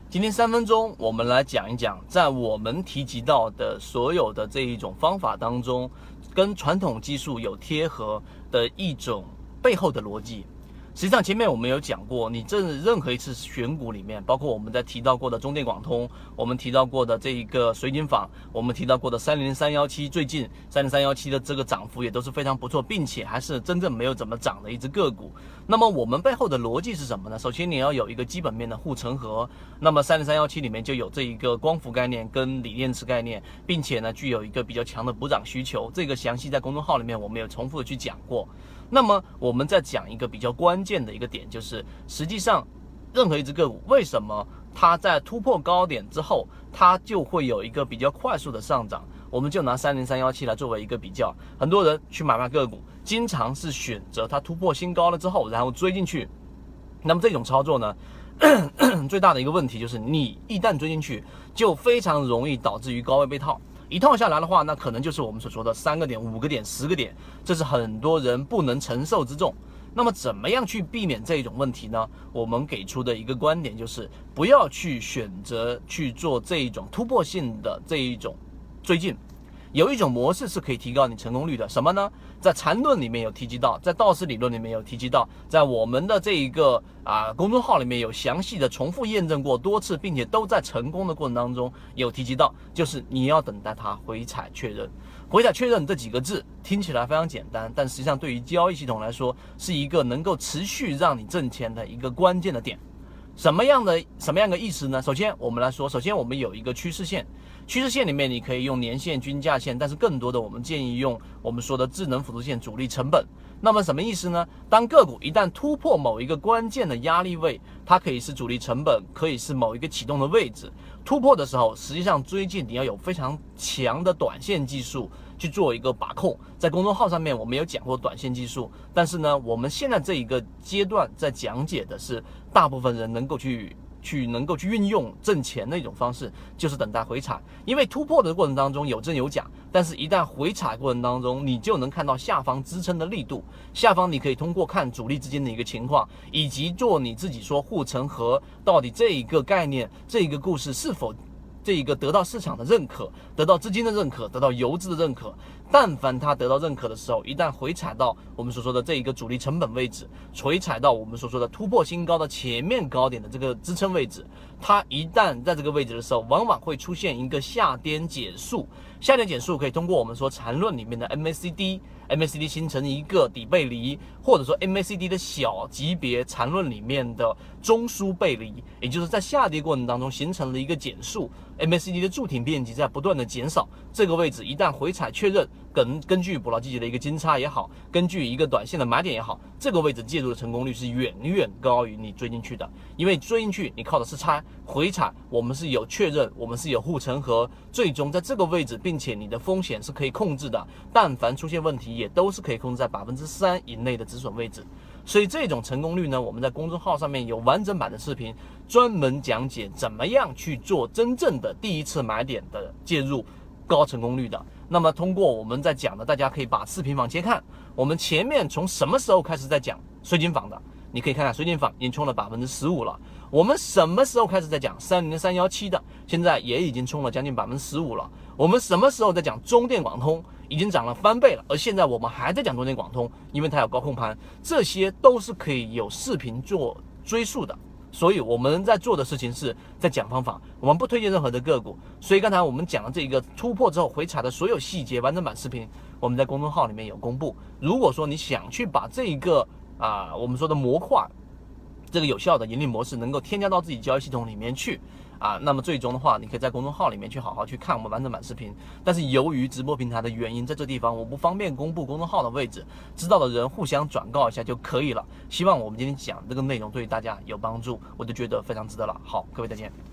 今天3分钟，我们来讲一讲，在我们提及到的所有的这一种方法当中，跟传统技术有贴合的一种背后的逻辑。实际上，前面我们有讲过，你这任何一次选股里面，包括我们在提到过的中电广通，我们提到过的这一个水井坊，我们提到过的30317，最近30317的这个涨幅也都是非常不错，并且还是真正没有怎么涨的一只个股。那么我们背后的逻辑是什么呢？首先你要有一个基本面的护城河，那么30317里面就有这一个光伏概念跟锂电池概念，并且呢具有一个比较强的补涨需求，这个详细在公众号里面我们有重复的去讲过。那么我们再讲一个比较关键的一个点，就是实际上任何一只个股为什么它在突破高点之后，它就会有一个比较快速的上涨。我们就拿30317来作为一个比较，很多人去买卖个股，经常是选择它突破新高了之后，然后追进去。那么这种操作呢，最大的一个问题就是你一旦追进去，就非常容易导致于高位被套。一套下来的话，那可能就是我们所说的3个点、5个点、10个点，这是很多人不能承受之重。那么怎么样去避免这种问题呢？我们给出的一个观点就是，不要去选择去做这一种突破性的这一种追进。有一种模式是可以提高你成功率的，什么呢？在缠论里面有提及到，在道氏理论里面有提及到，在我们的这一个公众号里面有详细的重复验证过多次，并且都在成功的过程当中有提及到，就是你要等待它回踩确认。回踩确认这几个字听起来非常简单，但实际上对于交易系统来说，是一个能够持续让你挣钱的一个关键的点。什么样的意思呢？首先我们来说，首先我们有一个趋势线，趋势线里面你可以用年线、均价线，但是更多的我们建议用我们说的智能辅助线、主力成本。那么什么意思呢？当个股一旦突破某一个关键的压力位，它可以是主力成本，可以是某一个启动的位置。突破的时候，实际上追进你要有非常强的短线技术去做一个把控。在公众号上面我们有讲过短线技术，但是呢，我们现在这一个阶段在讲解的是大部分人能够去运用挣钱的一种方式，就是等待回踩。因为突破的过程当中有真有假，但是一旦回踩过程当中，你就能看到下方支撑的力度，下方你可以通过看主力之间的一个情况，以及做你自己说护城河，到底这一个概念、这一个故事是否这一个得到市场的认可，得到资金的认可，得到游资的认可。但凡它得到认可的时候，一旦回踩到我们所说的这一个主力成本位置，回踩到我们所说的突破新高的前面高点的这个支撑位置，它一旦在这个位置的时候，往往会出现一个下跌减速。下跌减速可以通过我们说缠论里面的 MACD 形成一个底背离，或者说 MACD 的小级别缠论里面的中枢背离，也就是在下跌过程当中形成了一个减速， MACD 的柱体面积在不断的减少。这个位置一旦回踩确认，根据捕捞季节的一个金叉也好，根据一个短线的买点也好，这个位置介入的成功率是远远高于你追进去的。因为追进去你靠的是猜，回踩我们是有确认，我们是有护城河，最终在这个位置，并且你的风险是可以控制的，但凡出现问题也都是可以控制在3%以内的止损位置。所以这种成功率呢，我们在公众号上面有完整版的视频，专门讲解怎么样去做真正的第一次买点的介入，高成功率的。那么通过我们在讲的，大家可以把视频往前看，我们前面从什么时候开始在讲水井坊的，你可以看看水井坊已经冲了15%了。我们什么时候开始在讲30317的，现在也已经冲了将近15%了。我们什么时候在讲中电广通，已经涨了翻倍了，而现在我们还在讲中电广通，因为它有高控盘，这些都是可以有视频做追溯的。所以我们在做的事情是在讲方法，我们不推荐任何的个股。所以刚才我们讲的这个突破之后回踩的所有细节完整版视频，我们在公众号里面有公布。如果说你想去把这一个我们说的模块，这个有效的盈利模式能够添加到自己交易系统里面去那么最终的话，你可以在公众号里面去好好去看我们完整版视频。但是由于直播平台的原因，在这地方我不方便公布公众号的位置，知道的人互相转告一下就可以了。希望我们今天讲这个内容对大家有帮助，我就觉得非常值得了。好，各位再见。